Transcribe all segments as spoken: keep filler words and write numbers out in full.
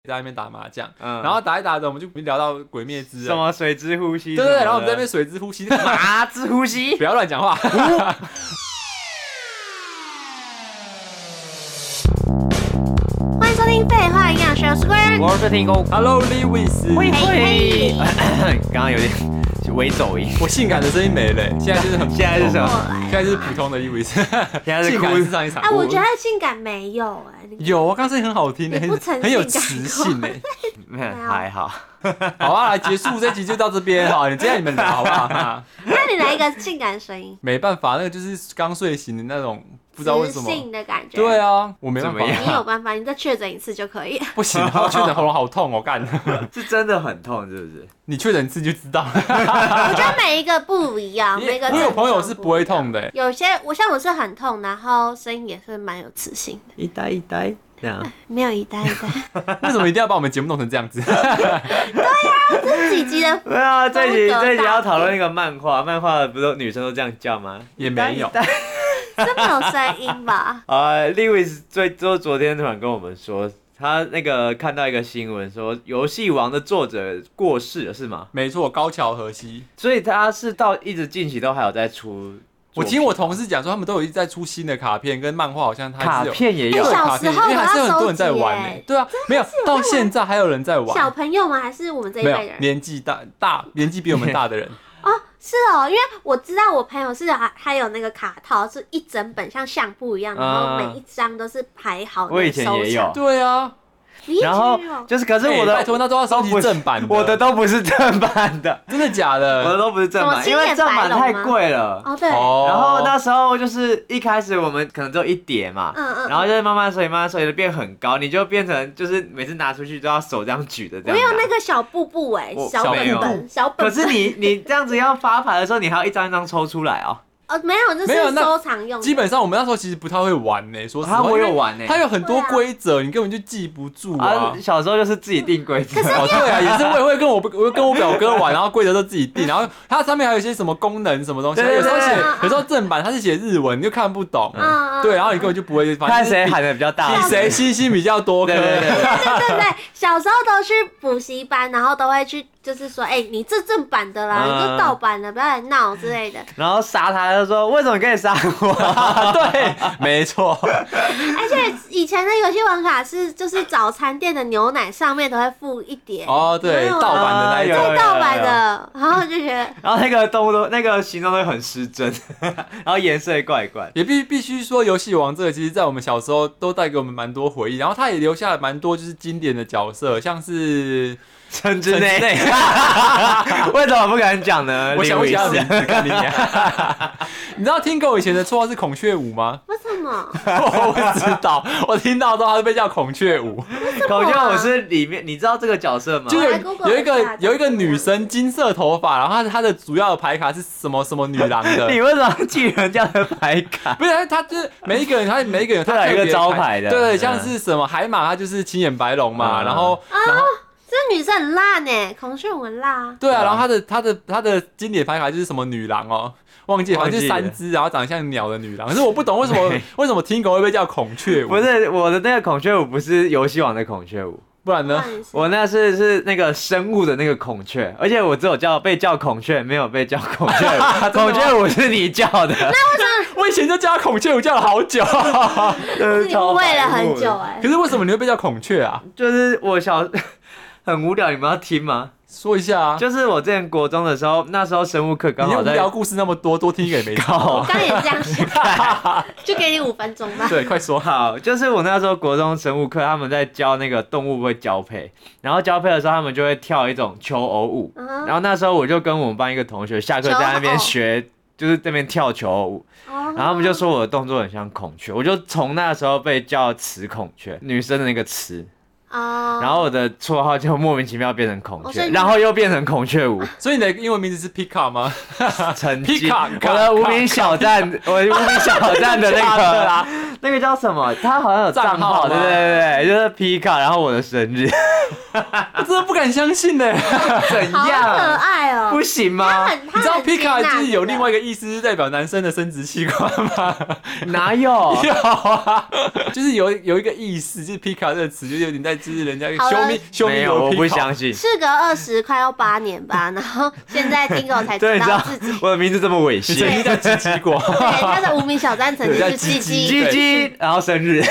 在那边打麻将，嗯、然后打一打的，我们就聊到《鬼灭之刃》， 什么水之呼吸， 对对对，然后我们在那边水之呼吸， 麻之呼吸， 不要乱讲话。 欢迎收听《废话营养学》，我是贵人， 我是天公 ，Hello Lewis， 嘿嘿，刚刚有点微走音， 我性感的声音没了，现在就是很， 现在是什么？ 现在就是普通的 Lewis， 现在是性感是上一场。 哎，我觉得性感没有哎， 有，我刚声音很好听的，很很有磁性哎， 还好。 好啊，来结束这集就到这边好，你这样你们聊好不好？ 那你来一个性感声音。 没办法，那个就是刚睡醒的那种，不知道为什么。 磁性的感觉。 对啊，我没办法。 你有办法，你再确诊一次就可以。 不行，我确诊喉咙好痛，我干。 是真的很痛，是不是？ 你确诊一次就知道了。 我觉得每一个不一样，每个。 我有朋友是不会痛的， 有些我像我是很痛，然后声音也是蛮有磁性的。 一呆一呆。这样没有一代一代， 为什么一定要把我们节目弄成这样子？ 对呀，这是几集的？ 对啊，这集这集要讨论一个漫画，漫画不是女生都这样叫吗？ 也没有， 这没有声音吧？ 啊 ，Lewis 最就昨天突然跟我们说，他那个看到一个新闻说，《游戏王》的作者过世了，是吗？ 没错，高桥和希， 所以他是到一直近期都还有在出。 我听我同事讲说，他们都有一直在出新的卡片跟漫画，好像他卡片也有卡片，因为还是有很多人在玩呢。对啊，没有到现在还有人在玩。 小朋友吗？还是我们这一辈的人？ 年纪大大，年纪比我们大的人。 哦，是哦，因为我知道我朋友是还还有那个卡套，是一整本像相簿一样，然后每一张都是排好的收藏。 我以前也有。 对啊。 然后就是，可是我的拜托，那都要收集正版的， 我的都不是正版的， 真的假的？ 我的都不是正版，因为正版太贵了。 哦，对。 然后那时候就是一开始我们可能只有一叠嘛，嗯嗯，然后就是慢慢收集，慢慢收集，变很高，你就变成就是每次拿出去都要手这样举的这样。 我有那个小布布哎，小本本，小本。 可是你你这样子要发牌的时候，你还要一张一张抽出来哦。 哦，没有，就是收藏用的。 基本上我们那时候其实不太会玩呢，说实话。 我有玩呢， 它有很多规则，你根本就记不住啊。 小时候就是自己定规则。 哦，对啊，也是我也会跟我我跟我表哥玩，然后规则都自己定，然后它上面还有一些什么功能什么东西，有时候写，有时候正版它是写日文，你就看不懂。对，然后你根本就不会， 看谁喊的比较大， 比谁星星比较多颗。 对对对对，小时候都去补习班，然后都会去。就是说，哎、欸，你这正版的啦，嗯、你这盗版的，不要来闹之类的。 然后杀他，就说为什么可以杀我？ 对，没错。 而且以前的游戏王卡是，就是早餐店的牛奶上面都会附一叠。 哦，对，盗版的那一种。 对，盗版的，然后就觉得。 然后那个动物都那个形状都很失真，然后颜色也怪怪。 也必必须说，游戏王这个其实在我们小时候都带给我们蛮多回忆，然后它也留下了蛮多就是经典的角色，像是。 村之内，为什么不敢讲呢？ 我想不起来名字，看你讲。你知道听狗以前的绰号是孔雀舞吗？ 为什么？ 我不知道，我听到之后他就被叫孔雀舞。 孔雀舞是里面，你知道这个角色吗？ 就有有一个有一个女生，金色头发，然后她她的主要的牌卡是什么什么女郎的？ 你为什么记人家的牌卡？ 不是，他就是每一个人，他每一个人他有一个招牌的， 对，像是什么海马，他就是青眼白龙嘛，然后然后。 这女生很辣呢，孔雀舞很辣。 对啊，然后她的她的她的经典牌卡就是什么女郎哦，忘记，好像就是三只，然后长得像鸟的女郎。可是我不懂为什么为什么听狗会被叫孔雀舞？ 不是我的那个孔雀舞不是游戏王的孔雀舞， 不然呢？ 我那是是那个生物的那个孔雀，而且我只有叫被叫孔雀，没有被叫孔雀舞。孔雀舞是你叫的。 那为什么？ 我以前就叫孔雀舞叫了好久， 你误会了很久哎。 可是为什么你会被叫孔雀啊？ 就是我小。很无聊，你们要听吗？ 说一下啊。 就是我之前国中的时候，那时候生物课刚好在。 你无聊故事那么多，多听一个也没错。 我刚也这样想，就给你五分钟吧。 对，快说。 好，就是我那时候国中生物课，他们在教那个动物会交配，然后交配的时候，他们就会跳一种求偶舞。嗯、然后那时候我就跟我们班一个同学下课在那边学，就是这边跳求偶舞。然后他们就说我的动作很像孔雀，我就从那时候被叫雌孔雀，女生的那个雌。Oh. 然后我的绰号就莫名其妙变成孔雀， oh, 然后又变成孔雀舞。 所以你的英文名字是 Pika 吗？ 曾经，我的无名小站，我的无名小站的那个啦，那个叫什么？他好像有账号，对对对，就是 Pika， 然后我的生日。 我真的不敢相信呢。 怎好可样？ 爱哦、 不行吗？ 他很，他你知道很接 Pika 纳就是有这个另外一个意思，是代表男生的生殖器官吗？ 哪有？ 有啊，就是有有一个意思，就是 Pika 这个词，就有点在支持人家好了修密修密没有， 有我不 Pika。 相信。 事隔二十快要八年吧，然后现在听狗才对， 知你知道道自己， 我的名字这么猥你曾亵。 经在鸡鸡过。 对他的无名小站曾经是鸡鸡， 鸡鸡，然后生日。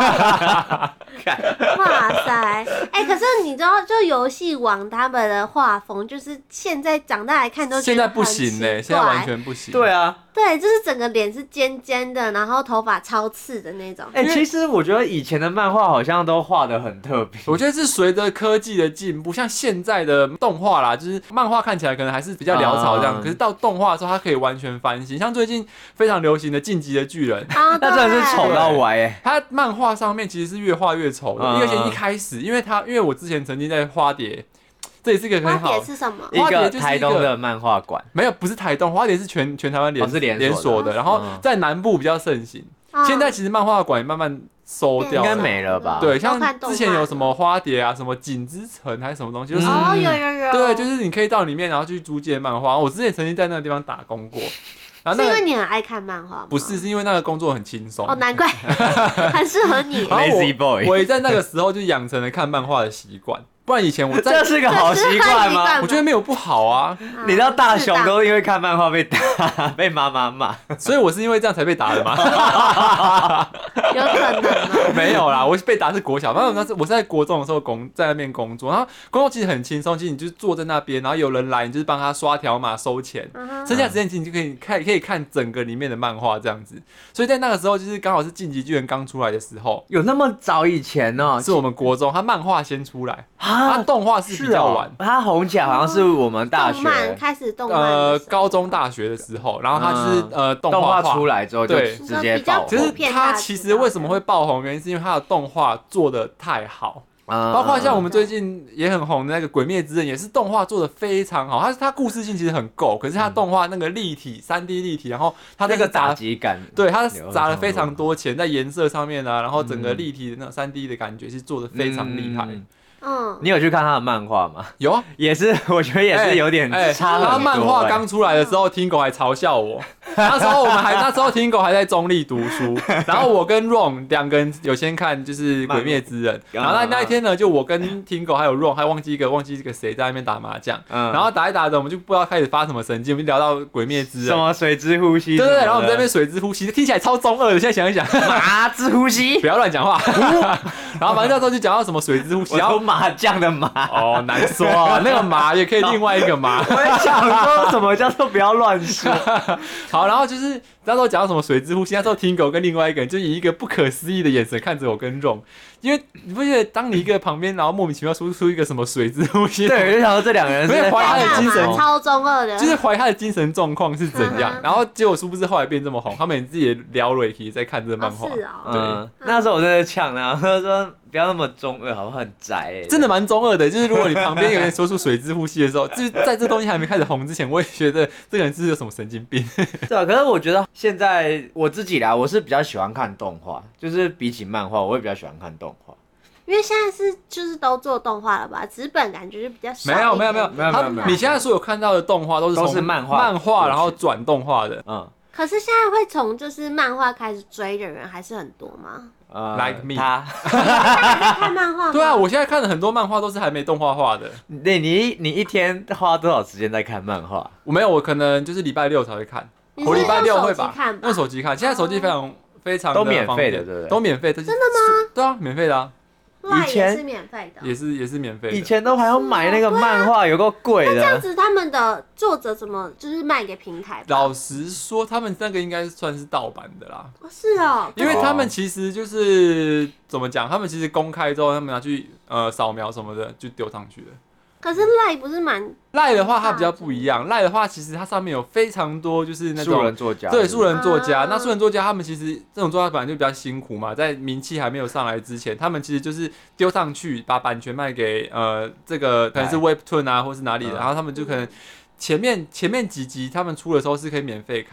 哇塞，哎、可是你知道，就游戏王他们的画风，就是现在长大来看都觉得现在不行嘞， 嘞， 现在完全不行。 对啊， 对，就是整个脸是尖尖的，然后头发超刺的那种。 哎、其实我觉得以前的漫画好像都画得很特别。 我觉得是随着科技的进步，像现在的动画啦，就是漫画看起来可能还是比较潦草这样， 嗯可是到动画的时候，它可以完全翻新。像最近非常流行的《进击的巨人》， 啊， 那真的是丑到歪哎、 它漫画上面其实是越画越丑的， 嗯而且一开始，因为它因为我之前曾经在花蝶，这也是一个花很好蝶，是什么？ 一个花蝶就是一个台东的漫画馆， 没有不是台东，花蝶是全全台湾连、 哦是连锁的连锁的，然后嗯在南部比较盛行。 啊现在其实漫画馆也慢慢收掉了， 应该没了吧对， 都像看动漫之前有什么花蝶啊，什么锦之城还是什么东西，就是、 哦，有有有， 对，就是你可以到里面然后去租借漫画。我之前曾经在那个地方打工过，然后是因为那个你很爱看漫画吗？ 不是，是因为那个工作很轻松。 哦，难怪，很适合你。 然后 Lazy boy 我我也在那个时候就养成了看漫画的习惯，不然以前我在这是个好习惯吗？ 我觉得没有不好啊， 你知道大雄都都因为看漫画被打，被妈妈骂。 所以我是因为这样才被打的吗？ 有可能吗？ 没有啦，我被打是国小，反正我那是我是在国中的时候工在那边工作，然后工作其实很轻松，其实你就是坐在那边，然后有人来，你就是帮他刷条码收钱， 嗯哼剩下的时间其实你就可以看可以看整个里面的漫画这样子。所以在那个时候就是刚好是进击巨人刚出来的时候， 有那么早以前哦？ 是我们国中，他漫画先出来，他啊， 动画是比较晚是。哦他红起来好像是我们大动漫学开始动漫的呃， 时候高中、大学的时候，然后他就是、 嗯呃动动画画出来之后就对直接爆红。 其实普遍他大家其实为什么会爆红，原因是因为他的动画做的太好。 嗯包括像我们最近也很红的那个《鬼灭之刃》，也是动画做的非常好。它它故事性其实很够，可是它动画那个立体、三 D 立体，然后它那个打砸， 击感， 对，它砸了非常多钱在颜色上面啊，然后整个嗯立体的那种三 D 的感觉是做的非常厉害。 嗯嗯， 你有去看他的漫画吗？ 有啊， 也是，我觉得也是有点哎差很多、 他漫画哎刚出来的时候，听狗还嘲笑我。那时候我们还那时候听狗还在中立读书，然后我跟 Ron 两个人有先看就是《鬼灭之刃》，然后那那一天呢，就我跟听狗还有 Ron 还忘记一个忘记一个谁在那边打麻将， 嗯然后打一打着我们就不知道开始发什么神经，我们就聊到《鬼灭之刃》。 什么水之呼吸， 对对对，然后我们在那边水之呼吸，听起来超中二的。现在想一想， 马之呼吸不，要乱讲话。然后反正那时候就讲到什么水之呼吸， 我然后说麻将的麻， 哦难说啊，那个麻也可以另外一个麻。 我也想说什么叫做不要乱说， 好，然后就是那时候讲到什么水之呼吸，那时候听狗跟另外一个人就以一个不可思议的眼神看着我跟 Ron， 因为你不觉得当你一个旁边，然后莫名其妙说出一个什么水之呼吸， 对，我就想说这两个人是在怀他的干精神嘛？超中二的， 就是怀他的精神状况是怎样嗯， 然后结果殊不知后来变这么红，他们自己也聊了一在看这个漫画哦，是哦， 嗯，那时候我真的呛他，他说不要那么中二，好不好？很宅、欸， 真的蛮中二的。就是如果你旁边有人说出水之呼吸的时候，就是在这东西还没开始红之前，我也觉得这个人是不是有什么神经病。 对啊，可是我觉得现在我自己啦，我是比较喜欢看动画，就是比起漫画，我会比较喜欢看动画。 因为现在是就是都做动画了吧，纸本感觉就比较少一点。 没有没有没有没有没有没有他你现在所有看到的动画都是从都是漫画漫画过去然后转动画的。 嗯， 可是现在会从就是漫画开始追的人还是很多吗？ 呃 Like me 他， 你在看漫画吗？ 对啊，我现在看的很多漫画都是还没动画化的。 对你一你一天花多少时间在看漫画？ 我没有，我可能就是礼拜六才会看， 你是我礼拜六会用手吧机看吧用手机看。现在手机非常非常的都免方便费的对不对都免费的。真的吗？对啊，免费的啊， 赖以前也是免费的。 也是也是免费的。 以前都还要买那个漫画，有够贵的。 这样子，他们的作者怎么就是卖给平台吧？ 老实说，他们那个应该算是盗版的啦。 哦是哦， 因为他们其实就是怎么讲，他们其实公开之后，他们拿去呃扫描什么的就丢上去了。 可是赖不是蛮赖的话，它比较不一样。赖的话，其实它上面有非常多就是那素种人作家， 对素人作家。 啊那素人作家他们其实这种作家本来就比较辛苦嘛，在名气还没有上来之前，他们其实就是丢上去，把版权卖给呃这个可能是 Webtoon 啊，或是哪里的， 嗯然后他们就可能前面前面几集他们出的时候是可以免费看。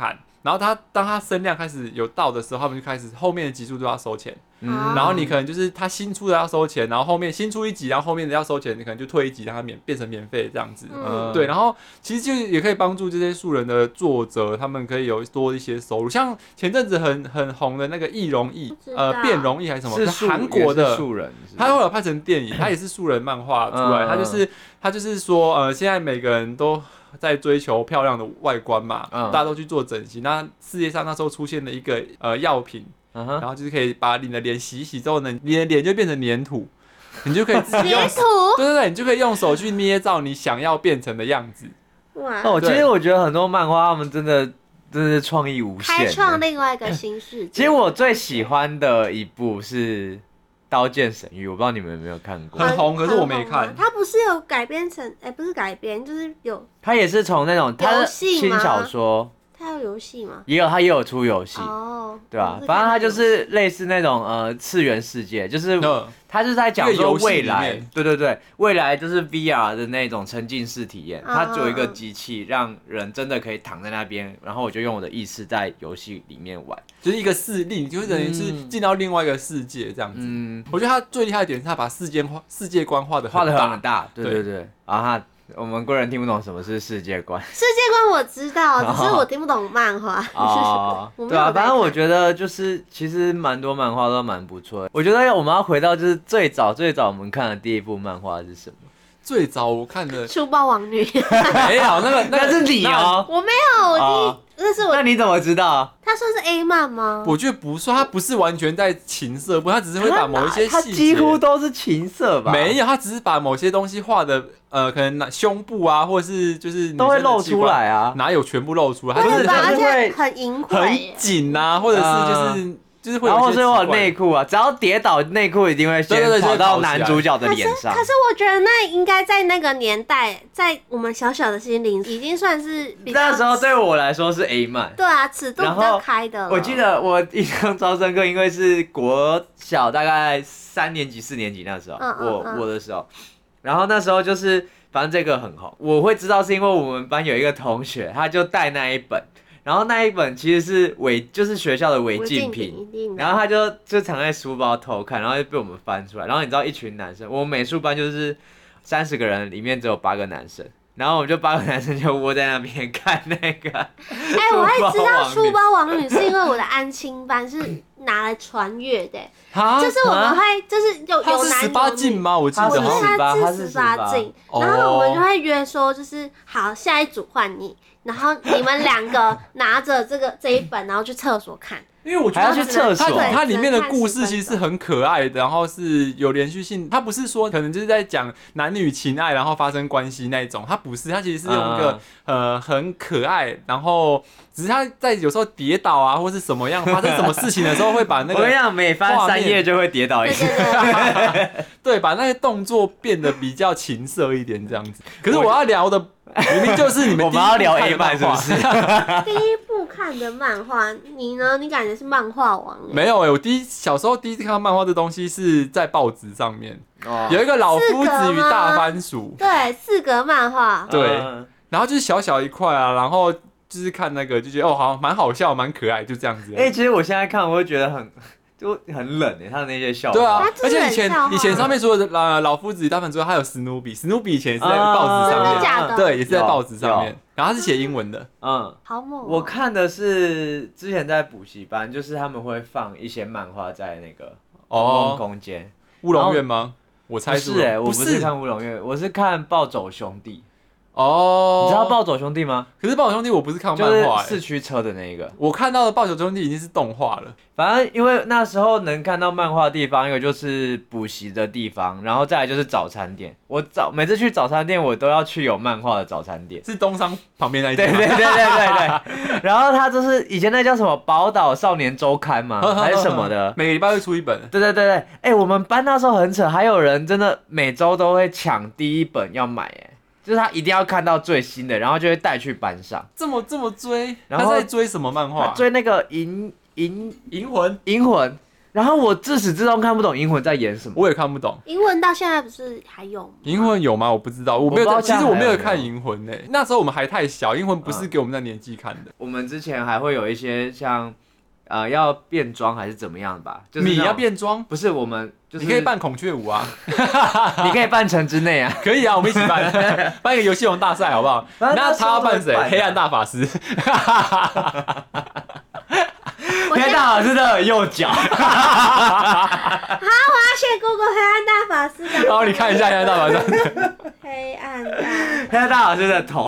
然后他当他声量开始有到的时候，他们就开始后面的集数都要收钱。 嗯， 然后你可能就是他新出的要收钱，然后后面新出一集，然后后面的要收钱，你可能就退一集，让它免变成免费这样子。 嗯， 对，然后其实就也可以帮助这些素人的作者，他们可以有多一些收入。像前阵子很很红的那个易容易，呃，变容易还是什么， 是韩国的素人， 他后来拍成电影，他也是素人漫画出来，他就是他就是说，呃，现在每个人都在追求漂亮的外观嘛， 嗯、 大家都去做整形。那世界上那时候出现了一个呃药品。Uh-huh. 然后就是可以把你的脸洗一洗之后呢，你的脸就变成黏土，你就可以自己用手，对对对，你就可以用手去捏造你想要变成的样子。 哇！ 哦，其实我觉得很多漫画他们真的真的是创意无限， 开创另外一个新世界。 其实我最喜欢的一部是《刀剑神域》，我不知道你们有没有看过， 很红，可是我没看。 它不是有改编成，哎、欸，不是改编，就是有。 它也是从那种它的轻小说。 它有游戏吗？ 也有，它也有出游戏， 哦， 对吧、啊？反正它就是类似那种呃次元世界，就是它是在讲说未来，对对对，未来就是 V R 的那种沉浸式体验。它有一个机器，让人真的可以躺在那边，然后我就用我的意识在游戏里面玩， 就是一个视力，就等于是进到另外一个世界这样子。嗯，我觉得它最厉害的点是它把世界画世界观画的画的很大，对对对，然后它。我们贵人听不懂什么是世界观， 世界观我知道，只是我听不懂漫画。 哦，对啊，反正我觉得就是其实蛮多漫画都蛮不错的。我觉得我们要回到就是最早最早我们看的第一部漫画是什么？ 最早我看的《 书包王女》 没有，那个那是你哦， 我没有，我第一、哦、那是我。 那你怎么知道？ 他说是 A 漫吗？ 我觉得不算，他不是完全在情色部，他只是会把某一些细节， 他几乎都是情色吧？ 没有，他只是把某些东西画的，呃，可能胸部啊，或者是就是都会露出来啊， 哪有全部露出来？他是而且很淫秽， 很紧啊，或者是就是。就是会有， 然后是有内裤啊，只要跌倒，内裤一定会先跑到男主角的脸上。 可是，可是我觉得那应该在那个年代，在我们小小的心灵，已经算是比较。 那时候对我来说是 A 漫。 对啊，尺度比较开的。 我记得我印象超深刻，因为是国小大概三年级、四年级那时候，嗯嗯嗯我我的时候，然后那时候就是反正这个很红，我会知道是因为我们班有一个同学，他就带那一本。然后那一本其实是违，就是学校的违禁品，然后他就就藏在书包偷看，然后就被我们翻出来。然后你知道一群男生，我们美术班就是三十个人，里面只有八个男生，然后我们就八个男生就窝在那边看那个。哎、 欸，我会知道书包王女是因为我的安亲班是拿来传阅的、欸，就是我们会就是有有男有女。 十八禁吗？我记得他是十八禁，然后我们就会约说，就是好下一组换你。然后你们两个拿着这个这一本，然后去厕所看。 因为我觉得还要去厕所， 它它里面的故事其实是很可爱的，然后是有连续性。它不是说可能就是在讲男女情爱，然后发生关系那一种。它不是，它其实是用一个、嗯、呃很可爱，然后只是他在有时候跌倒啊，或是什么样发生什么事情的时候，会把那个我跟你讲，每翻三页就会跌倒一次。 对，把那些动作变得比较情色一点这样子。可是我要聊的。明明就是你们我们要聊 A 漫是不是？ 第一部看的漫画，你呢？你感觉是漫画王？ 没有哎、欸，我第一小时候第一次看到漫画这东西是在报纸上面，哦、有一个老夫子与大番薯， 对，四格漫画， 对，嗯、然后就是小小一块啊，然后就是看那个就觉得哦，好蛮好笑，蛮可爱，就这样子。 哎、欸，其实我现在看我会觉得很。就很冷诶、欸，他的那些笑话。 对啊，而且以前以前上面除了呃老夫子与大番薯，还有史努比，史努比以前也是在报纸上面， 真的假的？ 对，也是在报纸上面，然后他是写英文的。 嗯， 好猛、喔。 我看的是之前在补习班，就是他们会放一些漫画在那个哦空间。 乌龙院吗？我猜是诶、欸，我不是看乌龙院，我是看暴走兄弟。 哦， 你知道暴走兄弟吗？ 可是暴走兄弟我不是看漫画、欸， 就是四驱车的那一个。 我看到的暴走兄弟已经是动画了。 反正因为那时候能看到漫画的地方，一个就是补习的地方，然后再来就是早餐店。我早每次去早餐店，我都要去有漫画的早餐店， 是东商旁边那一家。 对对对对对对。然后他就是以前那叫什么宝岛少年周刊吗？还是什么的？ 每个礼拜会出一本。 对对对对。哎、欸，我们班那时候很扯，还有人真的每周都会抢第一本要买、欸，哎。就是他一定要看到最新的，然后就会带去班上。 这么这么追， 然后他在追什么漫画？ 追那个银银银魂， 银魂。 然后我自始至终看不懂银魂在演什么， 我也看不懂。 银魂到现在不是还有吗？ 银魂有吗？我不知道，我没有在。 我不知道其实我没有现在还有看银魂呢、那时候我们还太小，银魂不是给我们那年纪看的。 我们之前还会有一些像呃要变装还是怎么样吧？就是你要变装？ 不是我们就是， 你可以扮孔雀舞啊， 你可以扮城之内啊， 可以啊，我们一起扮，办一个游戏王大赛好不好？那他要扮谁？黑暗大法师。 黑暗大法师的右脚。好，我要先 Google 黑暗大法师。 然后你看一下黑暗大法师。 黑暗大黑暗大法师的头。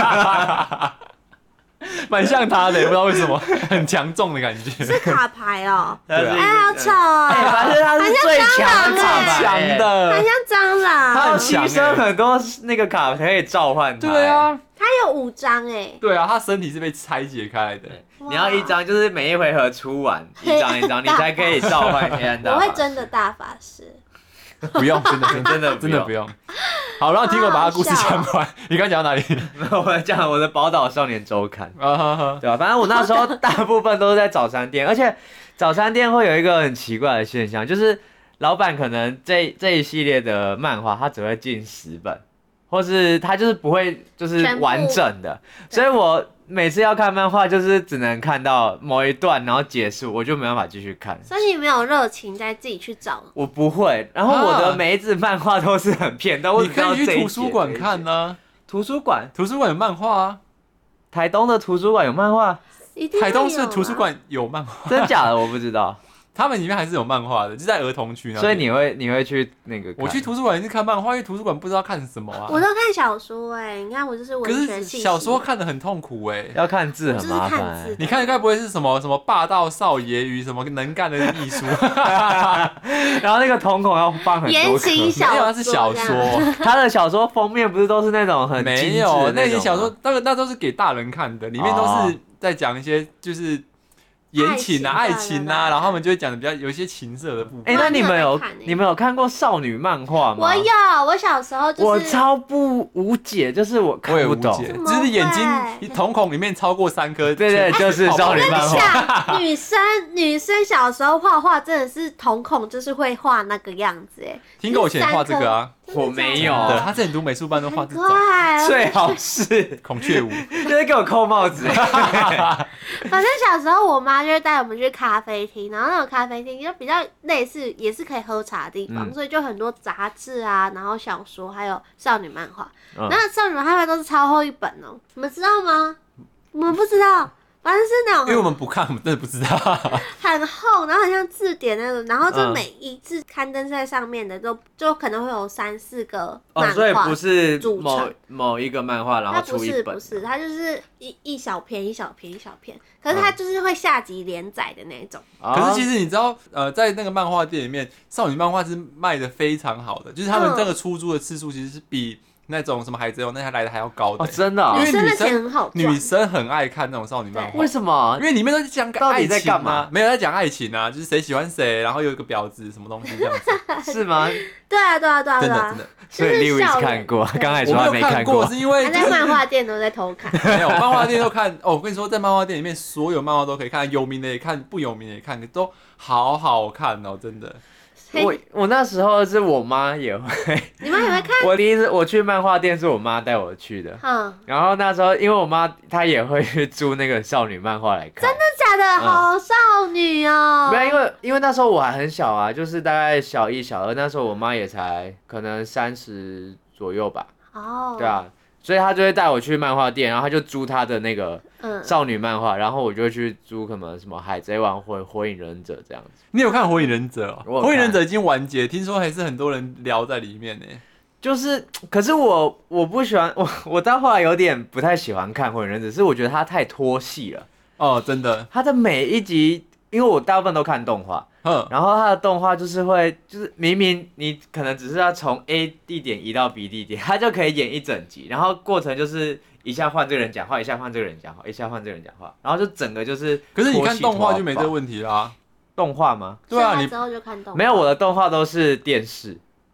蛮像他的，不知道为什么，很强重的感觉。 是卡牌哦， 对啊， 哎，好丑哦！ 反正他是最强的卡牌的， 很像蟑螂， 他牺牲很多那个卡可以召唤他。 对啊， 他有五张哎。 对啊，他身体是被拆解开来的。 你要一张，就是每一回合出完一张一张，你才可以召唤黑暗大法师。 我会真的大法师。 不用，真的真的真的真的不用。好，让听我把他故事讲完。你刚讲到哪里？ 我讲我的《宝岛少年周刊》对吧？反正我那时候大部分都是在早餐店，而且早餐店会有一个很奇怪的现象，就是老板可能这这一系列的漫画，他只会进十本，或是他就是不会就是完整的，所以我每次要看漫画，就是只能看到某一段，然后结束，我就没办法继续看。 所以你没有热情再自己去找？ 我不会，然后我的每一支漫画都是很片段。 你可以去图书馆看呢、啊。 图书馆， 图书馆有漫画啊。 台东的图书馆有漫画？ 台东市图书馆有漫画？ 真假的我不知道。 他们里面还是有漫画的，就在儿童区那边。 所以你会你会去那个？ 我去图书馆也是看漫画，因为图书馆不知道看什么啊。 我都看小说哎、欸，你看我就是文学系。 小说看得很痛苦哎、欸， 要看字很麻烦、欸。 你看该不会是什么什么霸道少爷与什么能干的艺术？ 然后那个瞳孔要放很多言情小说， 没有，那是小说。 他的小说封面不是都是那种很没有那些小说，那个那都是给大人看的，里面都是在讲一些就是。言情啊，爱情啊，然后他们就会讲的比较有一些情色的部分。 哎、欸，那你们有你们有看过少女漫画吗？ 我有，我小时候就是。 我超不无解，就是我看不懂， 就是眼睛瞳孔里面超过三颗。 对对，就是少女漫画。 女生女生小时候画画真的是瞳孔就是会画那个样子哎。 听过我以前画这个啊。 我没有， 对，他之前读美术班都画这种， 最好是孔雀舞， 就是给我扣帽子。 反正小时候我妈就会带我们去咖啡厅，然后那种咖啡厅就比较类似，也是可以喝茶的地方，嗯、所以就很多杂志啊，然后小说，还有少女漫画。嗯、那少女漫画都是超厚一本哦、喔，你们知道吗？你们不知道？反正是那种， 因为我们不看，我们真的不知道。 很厚，然后很像字典那种，然后就每一次刊登在上面的都就可能会有三四个漫画、哦， 所以不是某某一个漫画，然后出一本。 它不是不是，它就是一一小篇一小篇一小篇，可是它就是会下集连载的那种。 嗯、可是其实你知道，呃，在那个漫画店里面，少女漫画是卖的非常好的，就是他们这个出租的次数其实是比。那种什么海贼王那些来的还要高的、 欸哦，真的、哦， 因为女生很好， 女生很爱看那种少女漫画。 为什么？ 因为里面都是讲爱情、啊、 在干嘛？ 没有在讲爱情啊，就是谁喜欢谁，然后有一个婊子什么东西这样子， 是吗？ 对啊，对啊，对啊， 真的真的。 所以 Lewis 看过，刚才说他没看过， 是因为、就是、 他在漫画店都在偷看。 没有，漫画店都看哦。我跟你说，在漫画店里面，所有漫画都可以看，有名的也看，不有名的也看，都好好看哦，真的。 我我那时候是我妈也会， 你妈也会看。 我第一次我去漫画店是我妈带我去的，嗯，然后那时候因为我妈她也会去租那个少女漫画来看。 真的假的？嗯、好少女哦！ 没有，因为因为那时候我还很小啊，就是大概小一、小二，那时候我妈也才可能三十左右吧。哦。对啊。所以他就会带我去漫画店，然后他就租他的那个少女漫画，嗯、然后我就去租什么什么海贼王或火影忍者这样子。 你有看火影忍者哦？火影忍者已经完结，听说还是很多人聊在里面呢。 就是，可是我我不喜欢我我到后来有点不太喜欢看火影忍者，是我觉得它太拖戏了。 哦，真的， 它的每一集，因为我大部分都看动画。然后它的动画就是会，就是明明你可能只是要从 A 地点移到 B 地点，它就可以演一整集，然后过程就是一下换这个人讲话，一下换这个人讲话，一下换这个人讲话，然后就整个就是。 可是你看动画就没这个问题啦。 动画吗？ 对啊，你之后就看动画。 没有，我的动画都是电视。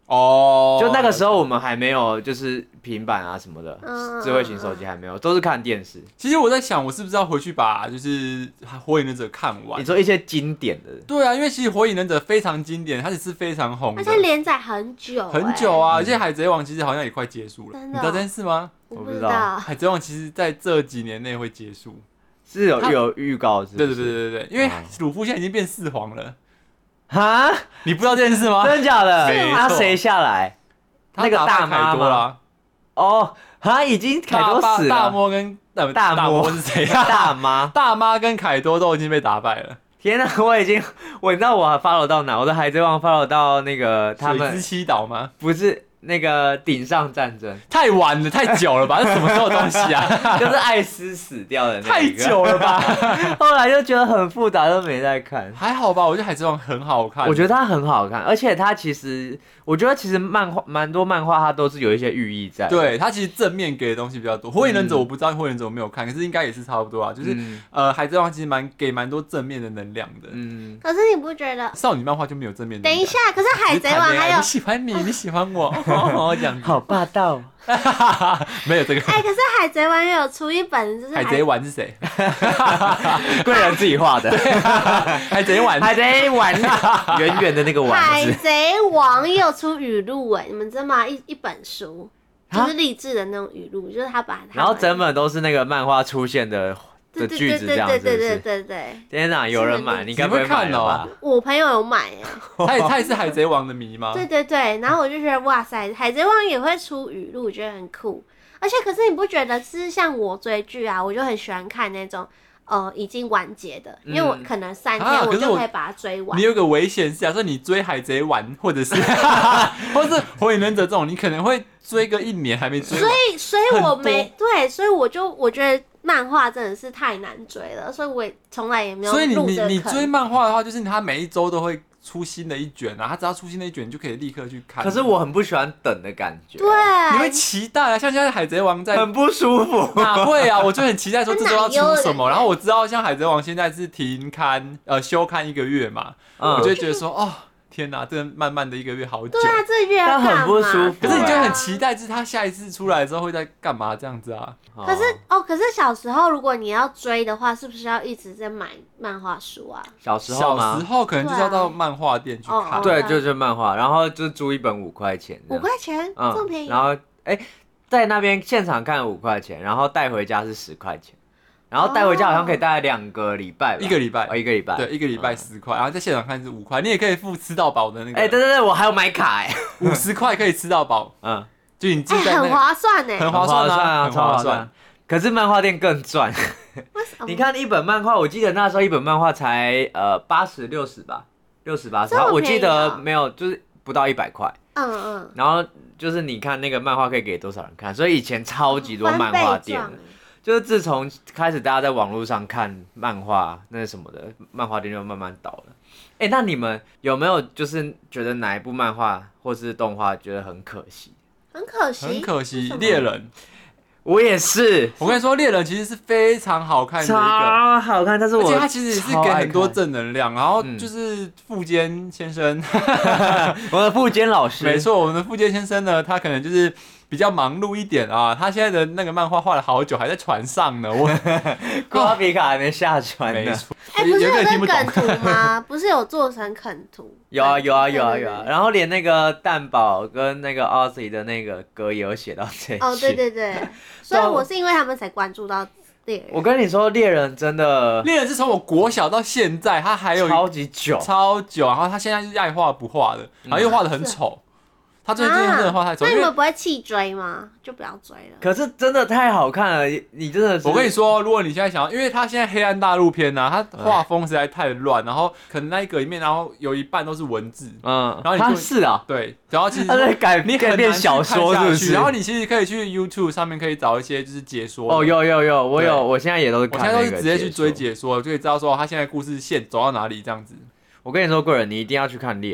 哦， 就那个时候我们还没有就是平板啊什么的， 嗯智慧型手机还没有，都是看电视。 其实我在想，我是不是要回去把就是《火影忍者》看完？ 你说一些经典的， 对啊，因为其实《火影忍者》非常经典，它也是非常红的， 而且连载很久、欸， 很久啊。而且《海贼王》其实好像也快结束了， 真的你知道这件事吗？ 我我不知道不知道。 《海贼王》其实在这几年内会结束。 是有他有预告是不是？ 对对对对对，因为哦鲁夫现在已经变四皇了， 哈， 你不知道这件事吗？ 真的假的？ 没错他谁下来？ 他那个大打败妈吗？ 凯多啦， 哦，他已经凯多大死了。 大魔跟呃大魔魔是谁啊？ 大妈， 大妈跟凯多都已经被打败了。 天哪！我已经，我你知道我 follow 到哪？我的海贼王 follow 到那个他们水之七岛吗？ 不是那个顶上战争， 太晚了，太久了吧？这什么时候的东西啊？ 就是艾斯死掉的那太一个。 久了吧？ 后来就觉得很复杂，都没在看。 还好吧，我觉得《海贼王》很好看。 我觉得它很好看，而且它其实，我觉得其实漫画蛮多漫画它都是有一些寓意在的。 对它其实正面给的东西比较多。《火影忍者》我不知道，《火影忍者》我没有看，可是应该也是差不多啊。就是、 嗯呃，《海贼王》其实蛮给蛮多正面的能量的。 嗯， 可是你不觉得？ 少女漫画就没有正面能量。 等一下，可是海贼王还有你喜欢你，你喜欢我，我讲好霸道。 没有这个。 哎、可是海贼王也有出一本，就是海贼丸是谁？ 贵人自己画的。 海贼丸， 海贼丸，圆圆的那个丸海子。 贼王也有出语录哎，你们知道吗？一一本书，就是励志的那种语录，就是他把它， 然后整本都是那个漫画出现的的句子，这样对对对子是不是？ 对对， 天哪，有人买，你该不会买了吧？ 我朋友有买哎， 他也他也是海贼王的迷吗？ 对对对，然后我就觉得哇塞，海贼王也会出语录，我觉得很酷。而且可是你不觉得是像我追剧啊，我就很喜欢看那种呃已经完结的，因为我可能三天我就可以把它追完。 你有个危险是，假设你追海贼王或者是或者是火影忍者这种，你可能会追个一年还没追完。 所以所以我没对，所以我就我觉得漫画真的是太难追了，所以我也从来也没有入所以你这个坑。 你你追漫画的话，就是他每一周都会出新的一卷啊，他只要出新的一卷，你就可以立刻去看。 可是我很不喜欢等的感觉， 对， 你会期待啊，像现在海贼王在很不舒服。 哪会啊？我就很期待说这周要出什么， 很奶油的然后我知道像海贼王现在是停刊呃休刊一个月嘛， 嗯我就会觉得说哦。天哪，这慢慢的一个月好久， 对啊，这月要但干嘛？ 很不舒服可是你就对啊很期待，就是他下一次出来之后会在干嘛这样子啊？ 可是哦，可是小时候如果你要追的话，是不是要一直在买漫画书啊？ 小时候小吗时？候可能就是要到漫画店去看， 哦哦对，就是漫画，然后就租一本五块钱这样， 五块钱， 嗯这么便宜？ 然后哎，在那边现场看五块钱，然后带回家是十块钱，然后带回家好像可以带两个礼拜吧， 一个礼拜哦，一个礼拜， 对，一个礼拜十块，然后在现场看是五块，你也可以付吃到饱的那个， 哎，对对对，我还有买卡哎， 五十块可以吃到饱， 嗯， 就你自哎、 己在那个很划算呢。 很划算啊，很超划划算。。 可是漫画店更赚， 为什么你看一本漫画，我记得那时候一本漫画才呃八十六十吧，六十八十， 这么我记便宜啊得没有，就是不到一百块。 嗯嗯， 然后就是你看那个漫画可以给多少人看，所以以前超级多漫画店的， 翻倍赚就是自从开始大家在网络上看漫画那什么的，漫画店就慢慢倒了。哎，那你们有没有就是觉得哪一部漫画或是动画觉得很可惜？ 很可惜， 很可惜为什，么猎人。 我也是， 我跟你说，猎人其实是非常好看的一个， 超好看，但是我而且他其实也是给很多正能量。然后嗯就是富坚先生， 我的富坚老师， 没错，我们的富坚先生呢，他可能就是比较忙碌一点啊。他现在的那个漫画画了好久，还在船上呢。我瓜皮卡还没下船呢。 没错， 哎、不是有有一个人听不那懂梗图吗？不是有做成梗图？ 有啊有啊有啊对有啊，。然后连那个蛋宝跟那个 Ozzy 的那个歌也有写到这一句。 哦，对对对，所以我是因为他们才关注到猎人。 我跟你说，猎人真的猎人是从我国小到现在，他还有超级久， 超久，然后他现在是爱画不画的，然后又画的很丑。他最近真的画太丑，因为那你们不会弃追吗？就不要追了。 可是真的太好看了，你真的是我跟你说，如果你现在想要，因为他现在黑暗大陆篇呢、啊，他画风实在太乱，然后可能那一个里面，然后有一半都是文字， 嗯， 然后你就他是啊， 对，然后其实他在改你改变很难去小说看下是不是？ 去然后你其实可以去 YouTube 上面可以找一些就是解说的哦，有有有，我有， 对我现在也都是我现在都看那个是直接去追解说。 解说，就可以知道说他现在故事线走到哪里这样子。 我跟你说，贵人，你一定要去看猎人，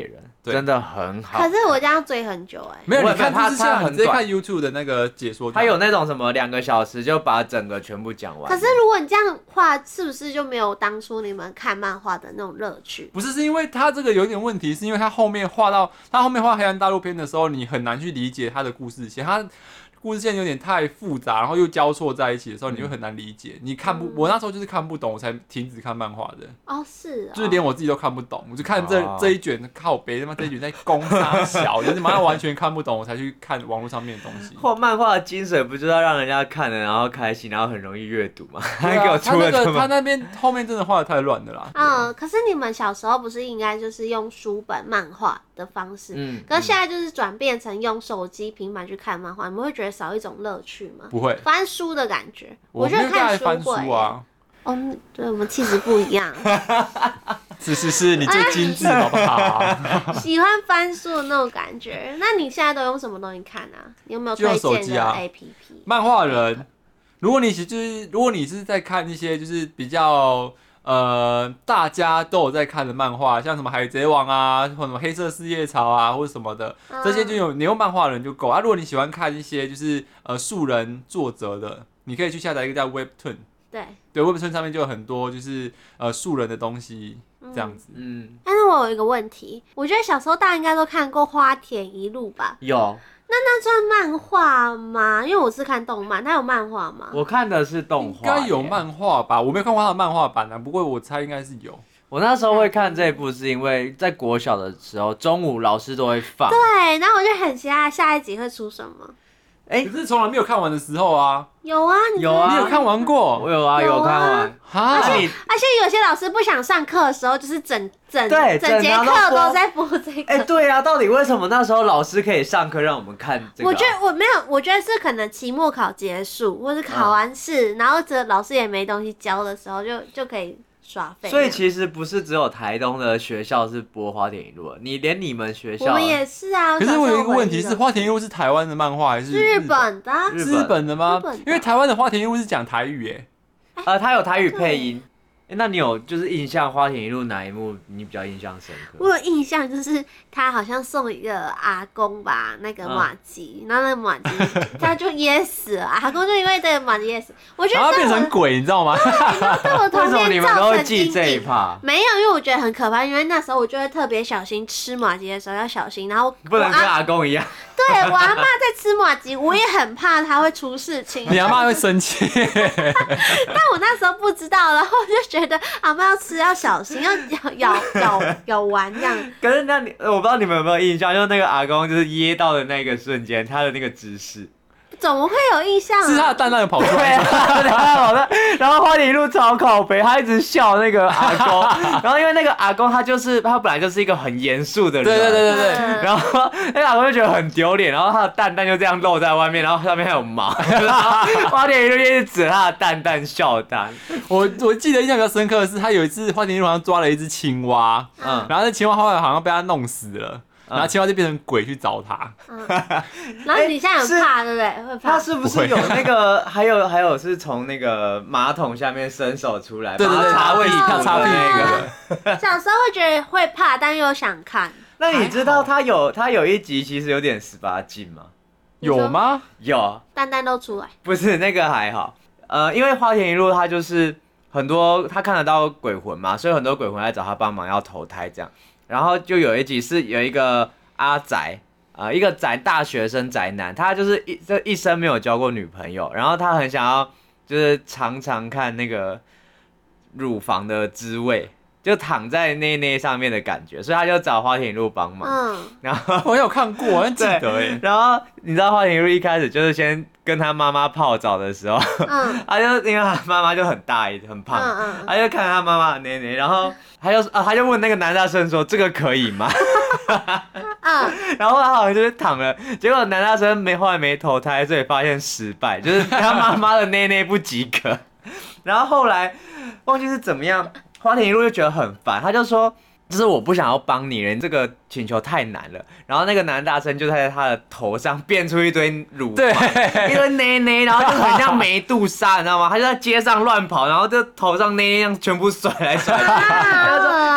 真的很好。 可是我这样追很久哎、欸。 没有，你看他是像他你直接看 YouTube 的那个解说， 他有那种什么两个小时就把整个全部讲完。 可是如果你这样画，是不是就没有当初你们看漫画的那种乐趣？ 不是，是因为他这个有点问题，是因为他后面画到他后面画黑暗大陆篇的时候，你很难去理解他的故事线，他故事线有点太复杂，然后又交错在一起的时候，你就很难理解。你看不，我那时候就是看不懂，我才停止看漫画的。 哦，是哦， 就是连我自己都看不懂，我就看这、 哦、 这一卷靠北，他妈这一卷在攻杀小，就是马上完全看不懂，我才去看网络上面的东西。 画漫画的精髓不就是要让人家看了然后开心，然后很容易阅读吗？ 对啊、 他给我出了他那个他那边后面真的画的太乱了啦。 嗯，可是你们小时候不是应该就是用书本漫画的方式，嗯，可是现在就是转变成用手机、平板去看漫画，你们会觉得少一种乐趣？ 不会翻书的感觉， 我觉得看书翻书啊。 哦，对，我们气质不一样。 是是是，你最精致好不好？ 喜欢翻书的那种感觉。那你现在都用什么东西看啊？你有没有推荐的 A P P？、 啊、漫画人，如果你就是如果你是在看一些就是比较呃大家都有在看的漫画，像什么海贼王啊，或什么黑色四叶草啊，或者什么的，这些就有你用漫画人就够啊。如果你喜欢看一些就是呃素人作者的，你可以去下载一个叫 Webtoon。 对对 ，Webtoon 上面就有很多就是呃素人的东西这样子。 嗯， 但是我有一个问题，我觉得小时候大家应该都看过《花田一路》吧？ 有。 那那算漫画吗？因为我是看动漫，它有漫画吗？ 我看的是动画， 应该有漫画吧？我没有看过它的漫画版啊，不过我猜应该是有。 我那时候会看这一部，是因为在国小的时候，中午老师都会放。 对，然后我就很期待下一集会出什么。 哎、欸，可是从来没有看完的时候啊。 有啊，你有啊， 你有看完过？ 我有啊，有看完。 而且而且有些老师不想上课的时候，就是整整对整节课都在播这个。 哎、欸，对啊，到底为什么那时候老师可以上课让我们看这个、啊？ 我觉得我没有，我觉得是可能期末考结束，或是考完试，嗯、然后这老师也没东西教的时候就，就就可以。耍废。 所以其实不是只有台东的学校是播花田一路，你连你们学校， 我们也是啊。 可是我有一个问题是，花田一路是台湾的漫画还是日本的？ 日本的吗？因为台湾的花田一路是讲台语耶。 呃，他有台语配音。欸、那你有就是印象花田一路哪一幕你比较印象深刻？ 我有印象，就是他好像送一个阿公吧，那个马吉，嗯、然后那个马吉他就噎死了，阿公就因为这个马吉噎死。我觉得然后变成鬼，你知道吗？ 对我童年造成记这一趴？ 没有，因为我觉得很可怕，因为那时候我就会特别小心吃马吉的时候要小心，然后不能跟阿公一样。 对，我阿嬷在吃马吉，我也很怕他会出事情。 你阿嬷会生气。 但我那时候不知道，然后我就觉得阿嬷要吃要小心，要咬咬咬咬完这样。 可是那你我不知道你们有没有印象，就是那个阿公就是噎到的那个瞬间，他的那个姿势。 怎么会有印象、啊？ 是他的蛋蛋有跑出来， 对啊，然后花田一路超靠北，他一直笑那个阿公，然后因为那个阿公他就是他本来就是一个很严肃的人， 对对对对对， 然后那个阿公就觉得很丢脸，然后他的蛋蛋就这样露在外面，然后上面还有毛，然后花田一路一直指他的蛋蛋笑蛋。 我我记得印象比较深刻的是，他有一次花田一路好像抓了一只青蛙，嗯，然后那青蛙后来好像被他弄死了。然后青蛙就变成鬼去找他， 嗯、然后你现在很怕，欸、对不对？会怕。 他是不是有那个？还有还有是从那个马桶下面伸手出来， 对对对， 擦卫票擦屁那个。小时候会觉得会怕，但又想看。 那你知道他有他有一集其实有点十八禁吗？ 有吗？ 有， 蛋蛋都出来。 不是那个还好，呃，因为花田一路他就是很多他看得到鬼魂嘛，所以很多鬼魂来找他帮忙要投胎这样。然后就有一集是有一个阿宅，呃，一个宅大学生宅男，他就是一这一生没有交过女朋友，然后他很想要就是尝尝看那个乳房的滋味，就躺在内内上面的感觉，所以他就找花田一路帮忙。嗯，然后我有看过，我记得哎。 然后你知道花田一路一开始就是先跟他妈妈泡澡的时候，嗯，他就因为他妈妈就很大一很胖，嗯嗯，他就看他妈妈的内内，然后他就啊他就问那个男大生说这个可以吗？嗯，然后他好像就是躺了，结果男大生没后来没投胎，所以发现失败，就是他妈妈的内内不及格。然后后来忘记是怎么样，花田一路就觉得很烦，他就说。就是我不想要帮你了，这个请求太难了。然后那个男大生就在他的头上变出一堆乳房，一堆内内，然后就很像梅杜莎，你知道吗？他就在街上乱跑，然后就头上内内全部甩来甩去。他就说：“啊，我的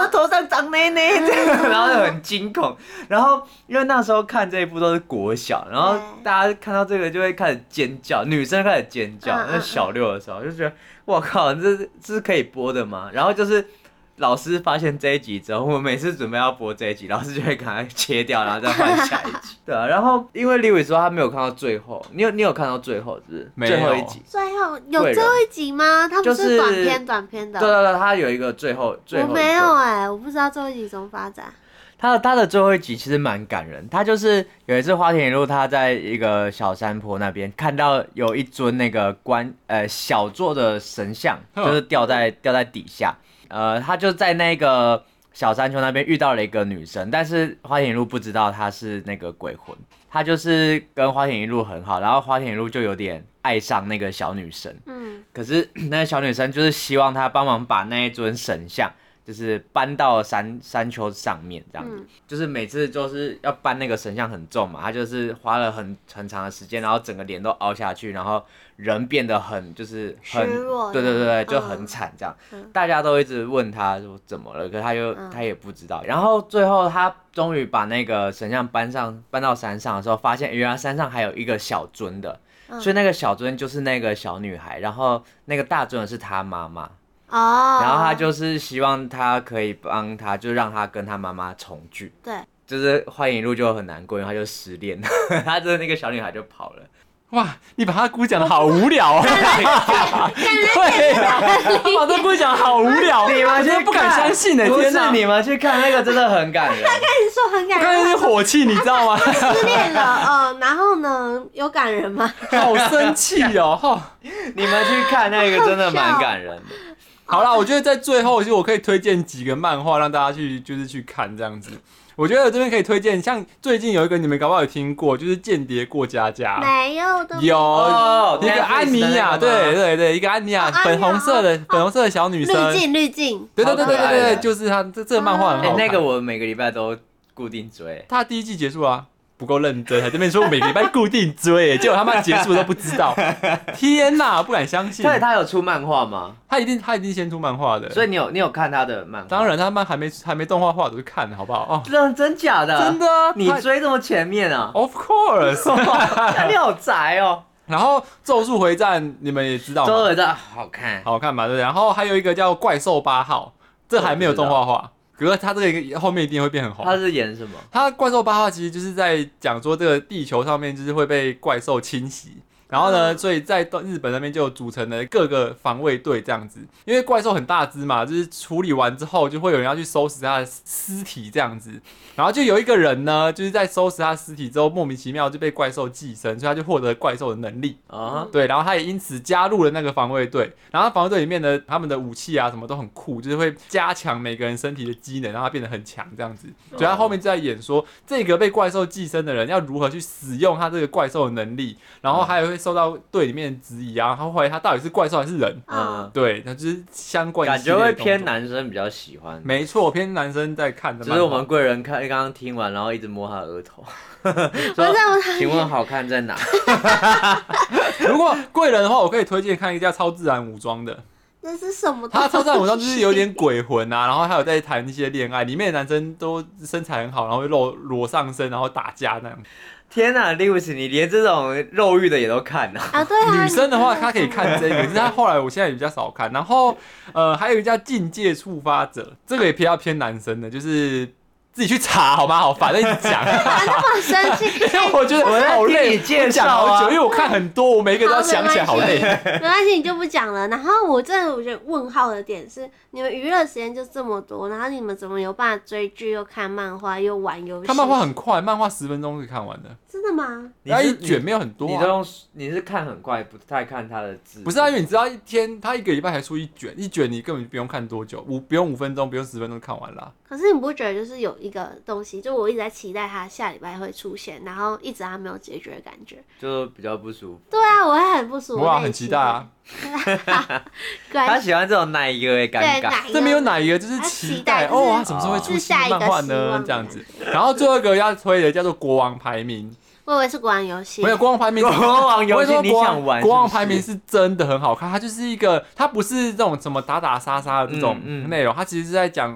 头上长内内，然后就很惊恐。然后因为那时候看这一部都是国小，然后大家看到这个就会开始尖叫，女生开始尖叫。嗯、那小六的时候就觉得，我靠，这这是可以播的吗？然后就是老师发现这一集之后，我们每次准备要播这一集，老师就会赶快切掉，然后再换下一集。对啊，然后因为 Lewis 说他没有看到最后，你有你有看到最后是不是？ 没有。 最后一集。 最后有最后一集吗？他不是短片、短片的。 对对对，他有一个最后最后。 我没有哎、欸，我不知道最后一集怎么发展。 他的他的最后一集其实蛮感人，他就是有一次花田一路他在一个小山坡那边看到有一尊那个关呃小座的神像，就是掉在掉在底下，呃，他就在那个小山丘那边遇到了一个女生，但是花田一路不知道她是那个鬼魂，他就是跟花田一路很好，然后花田一路就有点爱上那个小女生，嗯，可是那个小女生就是希望他帮忙把那一尊神像。就是搬到山山丘上面这样子，嗯、就是每次就是要搬那个神像很重嘛，他就是花了很很长的时间，然后整个脸都凹下去，然后人变得很就是很虚弱， 对对对对，就很惨这样。嗯、大家都一直问他说怎么了，可是他又、嗯、他也不知道。然后最后他终于把那个神像搬上搬到山上的时候，发现原来山上还有一个小尊的，嗯、所以那个小尊就是那个小女孩，然后那个大尊的是她妈妈。哦， oh, 然后他就是希望他可以帮他，就让他跟他妈妈重聚。 对， 就是花田一路就很难过，因为他就失恋了，他的那个小女孩就跑了。 哇，你把他故事讲的好无聊啊！对啊，他把这故事讲的好无聊， 你们真不敢相信呢、欸！ 不是你们去看那个真的很感人。 他跟你说很感人， 我刚才有点火气，你知道吗？ 失恋了，呃，然后呢，有感人吗？ 好生气哦！ 你们去看那个真的蛮感人的。 好啦，我觉得在最后，其实我可以推荐几个漫画让大家去，就是去看这样子。我觉得这边可以推荐，像最近有一个你们搞不好有听过，就是《间谍过家家》。 没有的。 有、 哦、 一个安妮亚，对对对，一个安妮亚，粉红色的、哦、粉红色的小女生。 滤镜滤镜。 对对对对对对，就是她这这个漫画很好看、 欸。那个我每个礼拜都固定追。 她第一季结束了、啊。不够认真，还这边说每个礼拜固定追，结果他妈结束都不知道，天哪，不敢相信。 对，他有出漫画吗？ 他一定他一定先出漫画的， 所以你有你有看他的漫画？ 当然，他们还没还没动画化，我就看了，好不好？哦， 真真假的？ 真的啊！ 你追这么前面啊 ？Of course， 你好宅哦。 然后《咒术回战》你们也知道吗？ 咒术回战好看， 好看嘛，对不对？然后还有一个叫《怪兽八号》，这还没有动画化。可是他这个后面一定会变很红。 他是演什么？ 他怪兽八号其实就是在讲说这个地球上面就是会被怪兽侵袭，然后呢，所以在日本那边就组成了各个防卫队这样子。因为怪兽很大只嘛，就是处理完之后就会有人要去收拾他的尸体这样子。然后就有一个人呢，就是在收拾他尸体之后，莫名其妙就被怪兽寄生，所以他就获得怪兽的能力啊。Uh-huh. 对，然后他也因此加入了那个防卫队。然后防卫队里面的他们的武器啊什么都很酷，就是会加强每个人身体的机能，让他变得很强这样子。所以他后面就在演说，这个被怪兽寄生的人要如何去使用他这个怪兽的能力，然后还有会受到队里面的质疑啊，然后后来他到底是怪兽还是人？嗯，对，那就是相关。 感觉会偏男生比较喜欢。 没错，偏男生在看的。 只是我们贵人看刚刚听完，然后一直摸他的额头，说：“请问好看在哪？” 如果贵人的话，我可以推荐看一个叫《超自然武装》的。 那是什么？ 他超自然武装就是有点鬼魂啊，然后还有在谈一些恋爱，里面的男生都身材很好，然后会露裸上身，然后打架那样。 天哪 ，Lewis， 你连这种肉欲的也都看啊？ 啊，对啊。女生的话，她可以看这个，可是她后来我现在也比较少看。然后，呃，还有一个叫《境界触发者》，这个也比较偏男生的，就是自己去查好吗？好烦，一直讲。 那么生气， 因为我觉得我好累， 介绍好久，因为我看很多，我每一个都要想起来，好累。 没关系，你就不讲了。然后我真的我觉得问号的点是，你们娱乐时间就这么多，然后你们怎么有办法追剧又看漫画又玩游戏？ 看漫画很快，漫画十分钟可以看完的。 真的吗？ 然后一卷没有很多、啊， 你都用你是看很快，不太看他的字。 不是啊，因为你知道一天他一个礼拜才出一卷，一卷你根本不用看多久，五不用五分钟，不用十分钟看完啦。 可是你不觉得就是有一个东西，就我一直在期待它下礼拜会出现，然后一直还没有解决的感觉， 就比较不舒服。 对啊，我会很不舒服。 哇，很期待啊！ 他喜欢这种奶油的尴尬， 这没有奶油，就是期待哦，他什么时候会出新漫画呢？这样子。然后最后一个要推的叫做国王排名。 我以为是国王游戏， 没有国王排名。 国王游戏你想玩？ 国王排名是真的很好看，它就是一个，它不是这种什么打打杀杀的这种内容，它其实是在讲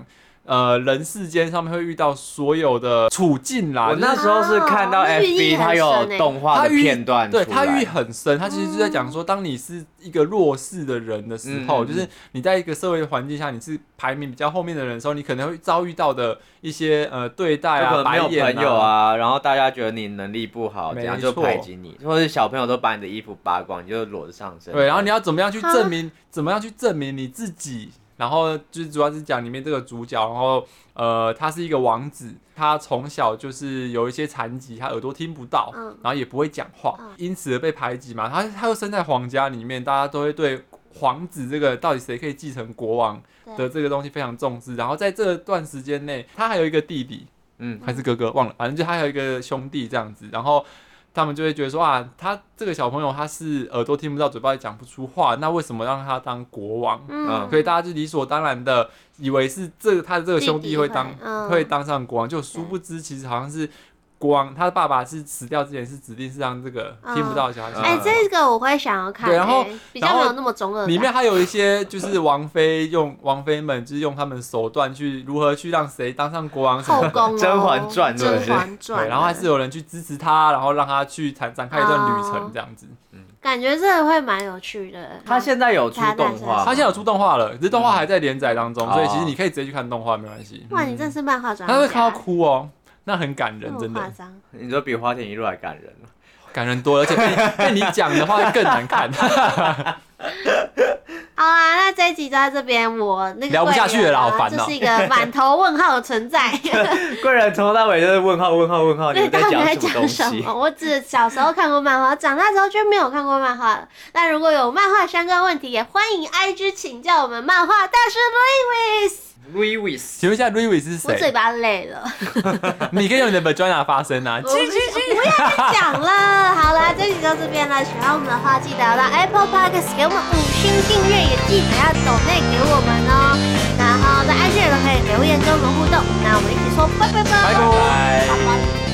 呃人世间上面会遇到所有的处境啦。 我那时候是看到 F B 它有动画的片段出来， 对，它寓意很深，它其实就在讲说，当你是一个弱势的人的时候，嗯、就是你在一个社会环境下，你是排名比较后面的人的时候，你可能会遭遇到的一些呃对待啊， 就可能没有白眼啊朋友啊，然后大家觉得你能力不好，这样就排挤你，或者小朋友都把你的衣服扒光，你就裸着上身。 对，然后你要怎么样去证明？怎么样去证明你自己？然后就是主要是讲里面这个主角，然后呃，他是一个王子，他从小就是有一些残疾，他耳朵听不到，嗯、然后也不会讲话，嗯、因此而被排挤嘛。他他又生在皇家里面，大家都会对皇子这个到底谁可以继承国王的这个东西非常重视。然后在这段时间内，他还有一个弟弟，嗯，还是哥哥忘了，反正就他还有一个兄弟这样子，然后。他们就会觉得说啊，他这个小朋友他是耳朵听不到，嘴巴也讲不出话，那为什么让他当国王？嗯，所以大家就理所当然的以为是这个他的这个兄弟会当弟弟 会,、嗯、会当上国王，就殊不知其实好像是国王，他的爸爸是死掉之前是指定是让这个听不到的小孩。 哎、嗯欸，这个我会想要看、欸， 对，然后比较没有那么中二。 里面还有一些就是王妃用王妃们就是用他们手段去如何去让谁当上国王什么的， 后宫、哦、 甄嬛传， 甄嬛传， 对，然后还是有人去支持他，然后让他去展展开一段旅程这样子。 嗯，感觉这个会蛮有趣的。 他现在有出动画， 他现在有出动画了，只是动画还在连载当中，嗯、所以其实你可以直接去看动画没关系。 哇，你真是漫画专家， 他会看到哭哦。那很感人，真的。 你说比花田一路还感人了， 感人多了，而且被你讲的话更难看。 好啦，那这一集就在这边，我那个聊不下去了啦，好烦哦、就是一个满头问号的存在。 贵人从头到尾就是问号问号问号，你们在讲什么东西？ 我只小时候看过漫画，长大之后就没有看过漫画了。那如果有漫画相关问题，也欢迎 I G 请教我们漫画大师 Lewis。Lewis， 请问一下 Lewis 是谁？ 我嘴巴累了。 你可以用你的 vagina 发声啊！ 不要再讲了。好啦，这集到这边了。喜欢我们的话，记得要到 Apple Podcast 给我们五星订阅，也记得要抖内给我们哦。然后在 I G 也都可以留言跟我们互动。那我们一起说拜拜吧， 拜拜， 拜拜。